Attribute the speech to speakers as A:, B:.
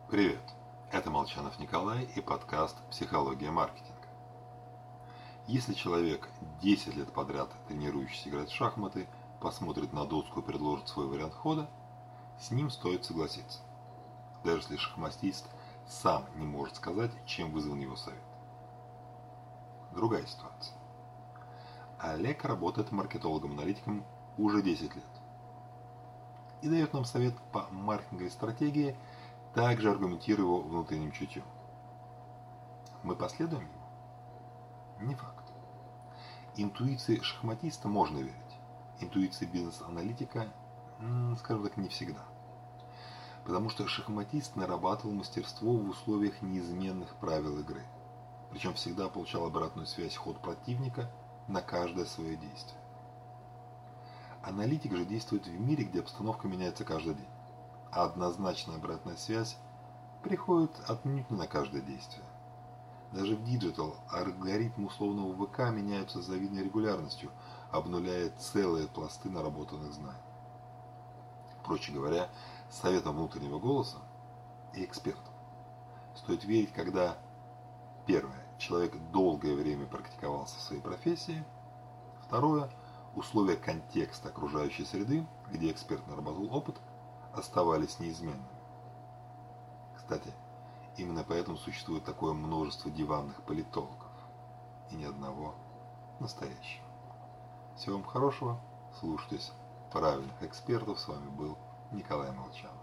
A: Привет, это Молчанов Николай и подкаст «Психология маркетинга». Если человек 10 лет подряд, тренирующийся играть в шахматы, посмотрит на доску и предложит свой вариант хода, с ним стоит согласиться, даже если шахматист сам не может сказать, чем вызван его совет. Другая ситуация. Олег работает маркетологом-аналитиком уже 10 лет и дает нам совет по маркетинговой стратегии, также аргументируя его внутренним чутьем. Мы последуем его? Не факт. Интуиции шахматиста можно верить. Интуиции бизнес-аналитика, скажем так, не всегда. Потому что шахматист нарабатывал мастерство в условиях неизменных правил игры. Причем всегда получал обратную связь ход противника на каждое свое действие. Аналитик же действует в мире, где обстановка меняется каждый день. А однозначная обратная связь приходит отнюдь не на каждое действие. Даже в диджитал алгоритмы условного ВК меняются с завидной регулярностью, обнуляя целые пласты наработанных знаний. Проще говоря, советам внутреннего голоса и экспертам стоит верить, когда первое, человек долгое время практиковался в своей профессии, второе, условия контекста окружающей среды, где эксперт наработал опыт, оставались неизменными. Кстати, именно поэтому существует такое множество диванных политологов и ни одного настоящего. Всего вам хорошего, слушайтесь правильных экспертов. С вами был Николай Молчанов.